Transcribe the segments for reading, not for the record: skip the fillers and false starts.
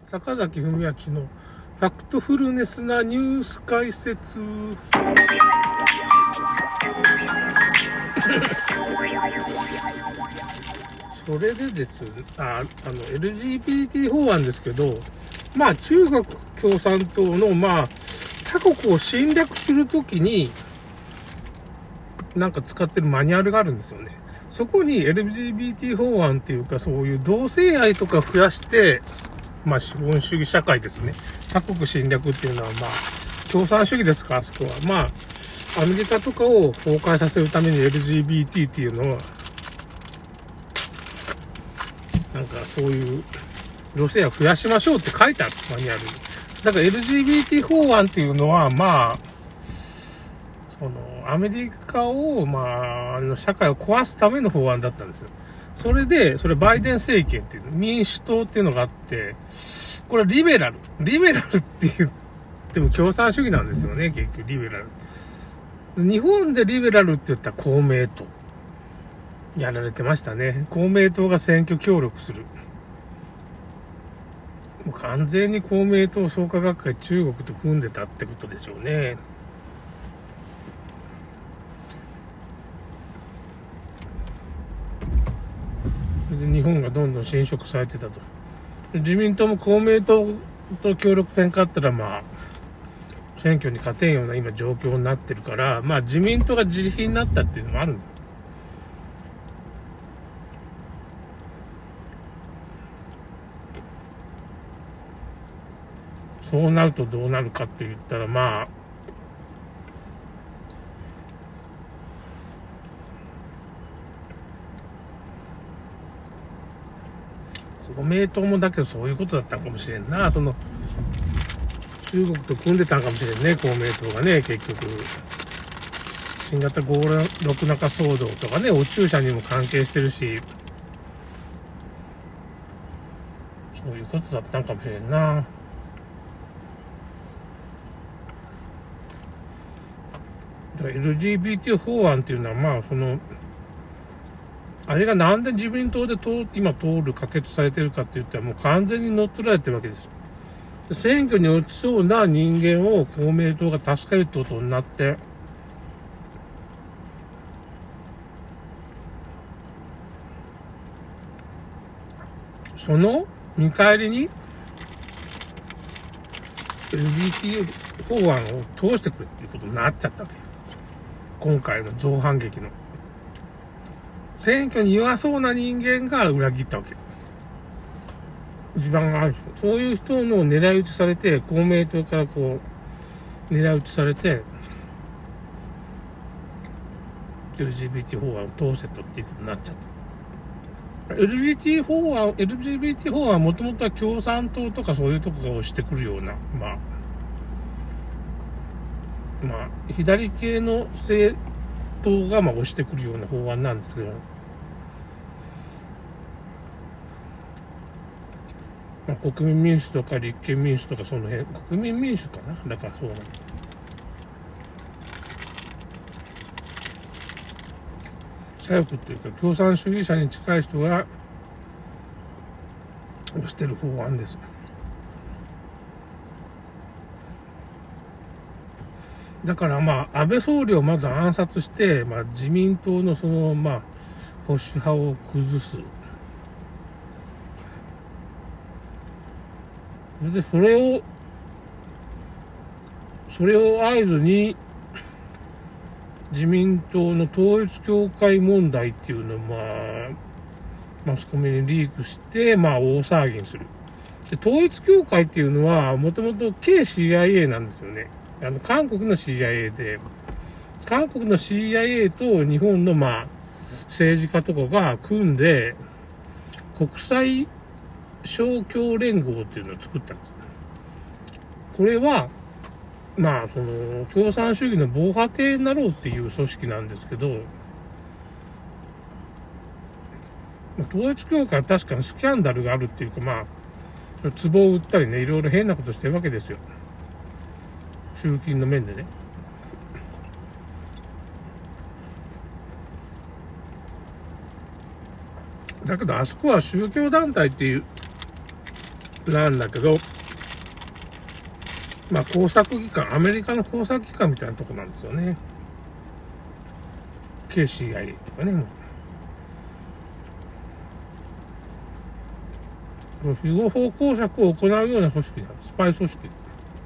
坂崎文明のファクトフルネスなニュース解説。それでですね、LGBT 法案ですけど、まあ中国共産党の他国を侵略するときになんか使ってるマニュアルがあるんですよね。そこに LGBT 法案っていうか、そういう同性愛とか増やして、資本主義社会ですね。他国侵略っていうのは共産主義ですから、そこはアメリカとかを崩壊させるために LGBT っていうのはなんかそういう同性愛を増やしましょうって書いてあるマニュアルに。だから LGBT 法案っていうのはアメリカを社会を壊すための法案だったんですよ。それバイデン政権っていう民主党っていうのがあって、これリベラルって言っても共産主義なんですよね、結局リベラル。日本でリベラルって言ったら公明党やられてましたね。公明党が選挙協力する。もう完全に公明党創価学会中国と組んでたってことでしょうね。で日本がどんどん侵食されてたと。自民党も公明党と協力せんかったら選挙に勝てんような今状況になってるから、自民党が自費になったっていうのもある。そうなるとどうなるかって言ったら公明党もだけどそういうことだったかもしれんな。中国と組んでたんかもしれんね、公明党がね、結局。新型567騒動とかね、お注射にも関係してるし、そういうことだったんかもしれんな。LGBT 法案っていうのはあれがなんで自民党で今可決されてるかって言ったらもう完全に乗っ取られてるわけですよ。選挙に落ちそうな人間を公明党が助けるってことになって、その見返りに LGBT 法案を通してくれっていうことになっちゃったわけ。今回の造反劇の。選挙に弱そうな人間が裏切ったわけ。地盤がある人。そういう人の狙い撃ちされて、公明党から狙い撃ちされて、LGBT 法案を通せとっていうことになっちゃった。LGBT 法案はもともとは共産党とかそういうとこが押してくるような、左系の政党が押してくるような法案なんですけど、国民民主とか立憲民主とかその辺、国民民主かな、だからそうなの。左翼っていうか共産主義者に近い人が押してる法案です。だから安倍総理をまず暗殺して、自民党の保守派を崩す。で、それを合図に、自民党の統一教会問題っていうのをマスコミにリークして、大騒ぎにする。で、統一教会っていうのは、もともと旧 CIA なんですよね。韓国の CIA で、韓国の CIA と日本の政治家とかが組んで、国際勝共連合っていうのを作ったんです。これは、共産主義の防波堤になろうっていう組織なんですけど、統一教会は確かにスキャンダルがあるっていうか、壺を売ったりね、いろいろ変なことしてるわけですよ。集金の面でね。だけどあそこは宗教団体っていうなんだけど、まあ工作機関、アメリカの工作機関みたいなとこなんですよね。KCIA とかね。非合法工作を行うような組織なんです。スパイ組織。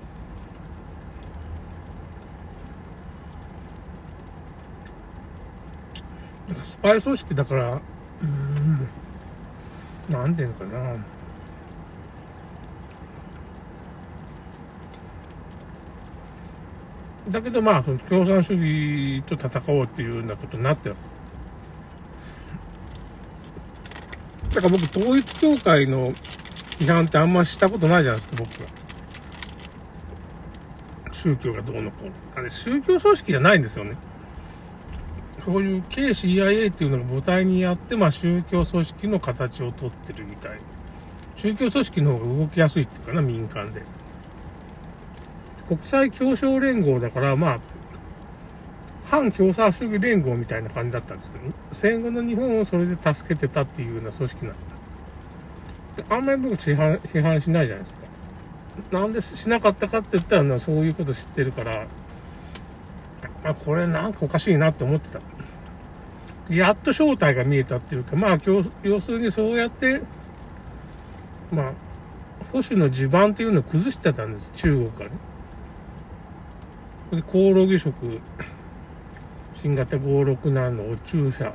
スパイ組織だから、なんていうのかな。だけどまあ、その共産主義と戦おうっていうようなことになってる。だから僕、統一教会の批判ってあんましたことないじゃないですか、僕は。宗教がどうのこう。あれ、宗教組織じゃないんですよね。そういう KCIA っていうのが母体にあって、まあ宗教組織の形をとってるみたい。宗教組織の方が動きやすいっていうかな、民間で。国際協商連合だから、まあ、反共産主義連合みたいな感じだったんですよね。戦後の日本をそれで助けてたっていうような組織なんだ。あんまり僕批判しないじゃないですか。なんでしなかったかって言ったら、そういうこと知ってるから、これなんかおかしいなって思ってた。やっと正体が見えたっていうか、まあ、要するにそうやって、まあ、保守の地盤っていうのを崩してたんです、中国がね。で、コオロギ食、新型567のお注射、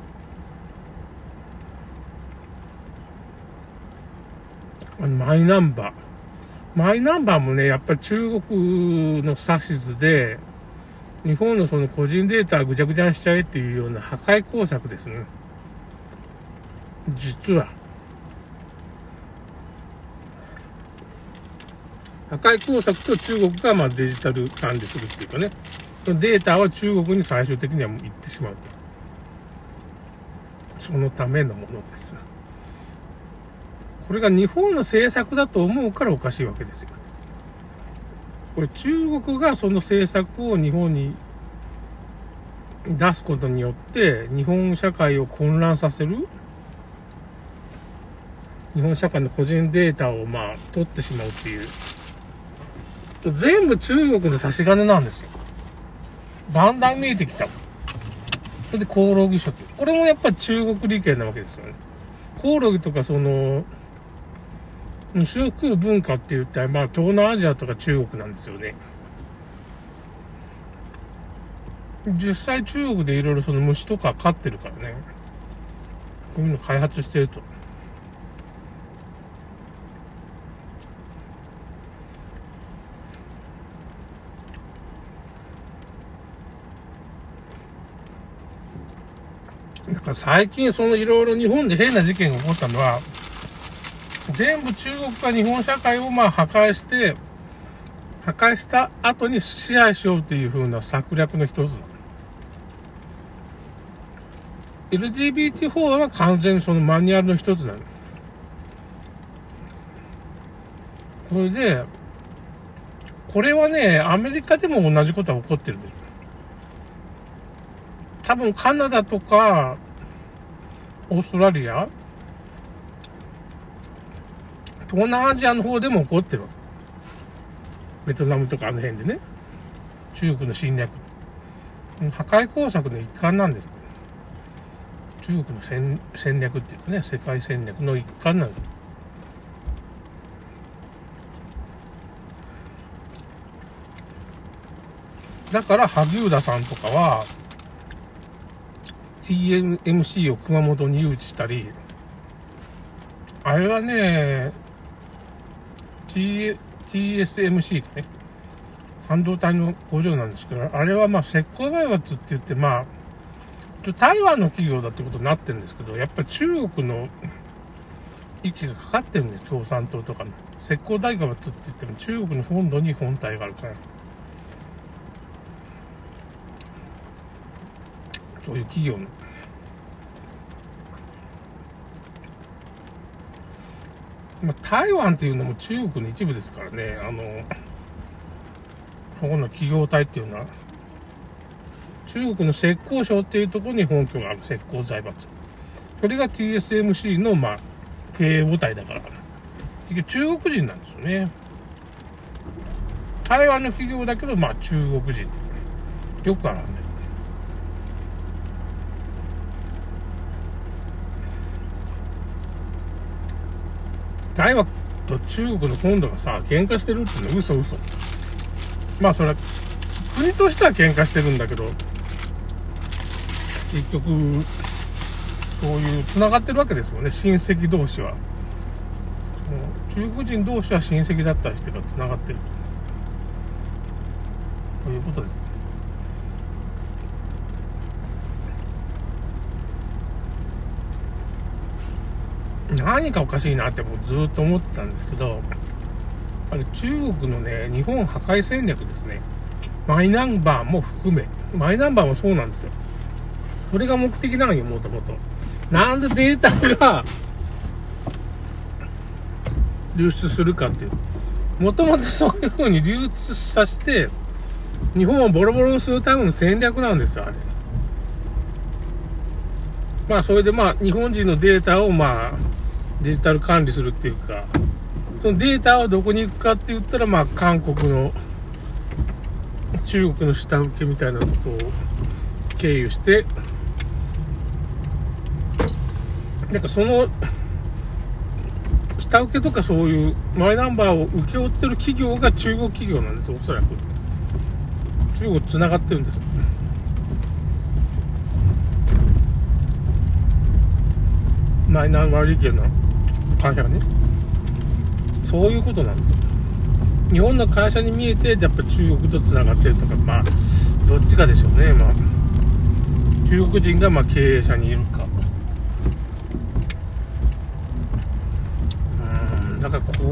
マイナンバーもね、やっぱり中国の指図で、日本のその個人データをぐちゃぐちゃにしちゃえっていうような破壊工作ですね。実は。破壊工作と中国がまあデジタル管理するっていうかね。そのデータは中国に最終的には行ってしまうと。そのためのものです。これが日本の政策だと思うからおかしいわけですよ。これ中国がその政策を日本に出すことによって日本社会を混乱させる。日本社会の個人データをまあ取ってしまうっていう。全部中国の差し金なんですよ。だんだん見えてきた。それでコオロギ食。これもやっぱり中国利権なわけですよね。コオロギとかその、虫を食う文化って言ったら、まあ東南アジアとか中国なんですよね。実際中国でいろいろその虫とか飼ってるからね。こういうの開発してると。だから最近そのいろいろ日本で変な事件が起こったのは、全部中国が日本社会をまあ破壊した後に支配しようっていう風な策略の一つ。LGBT 法は完全にそのマニュアルの一つなの。それで、これはね、アメリカでも同じことが起こってるんですよ。多分カナダとか、オーストラリア、東南アジアの方でも起こってるわけ。ベトナムとかあの辺でね。中国の侵略。破壊工作の一環なんです。中国の戦略っていうかね、世界戦略の一環なんです。だから萩生田さんとかは TMC を熊本に誘致したり、あれはね、TSMC かね、半導体の工場なんですけど、あれはまあ石膏開発って言って、まあ台湾の企業だってことになってるんですけど、やっぱり中国の息がかかってるんです。共産党とかの石膏大開発って言っても中国の本土に本体があるから、そういう企業のまあ、台湾っていうのも中国の一部ですからね、ここの企業体っていうのは、中国の浙江省っていうところに本拠がある石膏財閥。それが TSMC の、まあ、経営母体だから。 結局中国人なんですよね。台湾の企業だけど、まあ中国人。よくあるね。台湾と中国の本土がさ、喧嘩してるっていうのは嘘。まあそれは、国としては喧嘩してるんだけど、結局、そういう繋がってるわけですよね、親戚同士は。中国人同士は親戚だったりしてから繋がってるということです。何かおかしいなって僕ずっと思ってたんですけど、あれ中国のね、日本破壊戦略ですね。マイナンバーも含め、マイナンバーもそうなんですよ。それが目的なのよ、もともと。なんでデータが流出するかっていう。もともとそういう風に流出させて、日本をボロボロにするための戦略なんですよ、あれ。まあ、それでまあ、日本人のデータをまあ、デジタル管理するっていうか、そのデータはどこに行くかって言ったら、まあ、韓国の、中国の下請けみたいなとこを経由して、なんかその、下請けとかそういうマイナンバーを請け負ってる企業が中国企業なんですよ、おそらく。中国繋がってるんですよ。マイナンバー利権の会社がね。そういうことなんですよ。日本の会社に見えて、やっぱ中国と繋がってるとか、まあ、どっちかでしょうね。まあ、中国人がまあ経営者にいるか。だからこ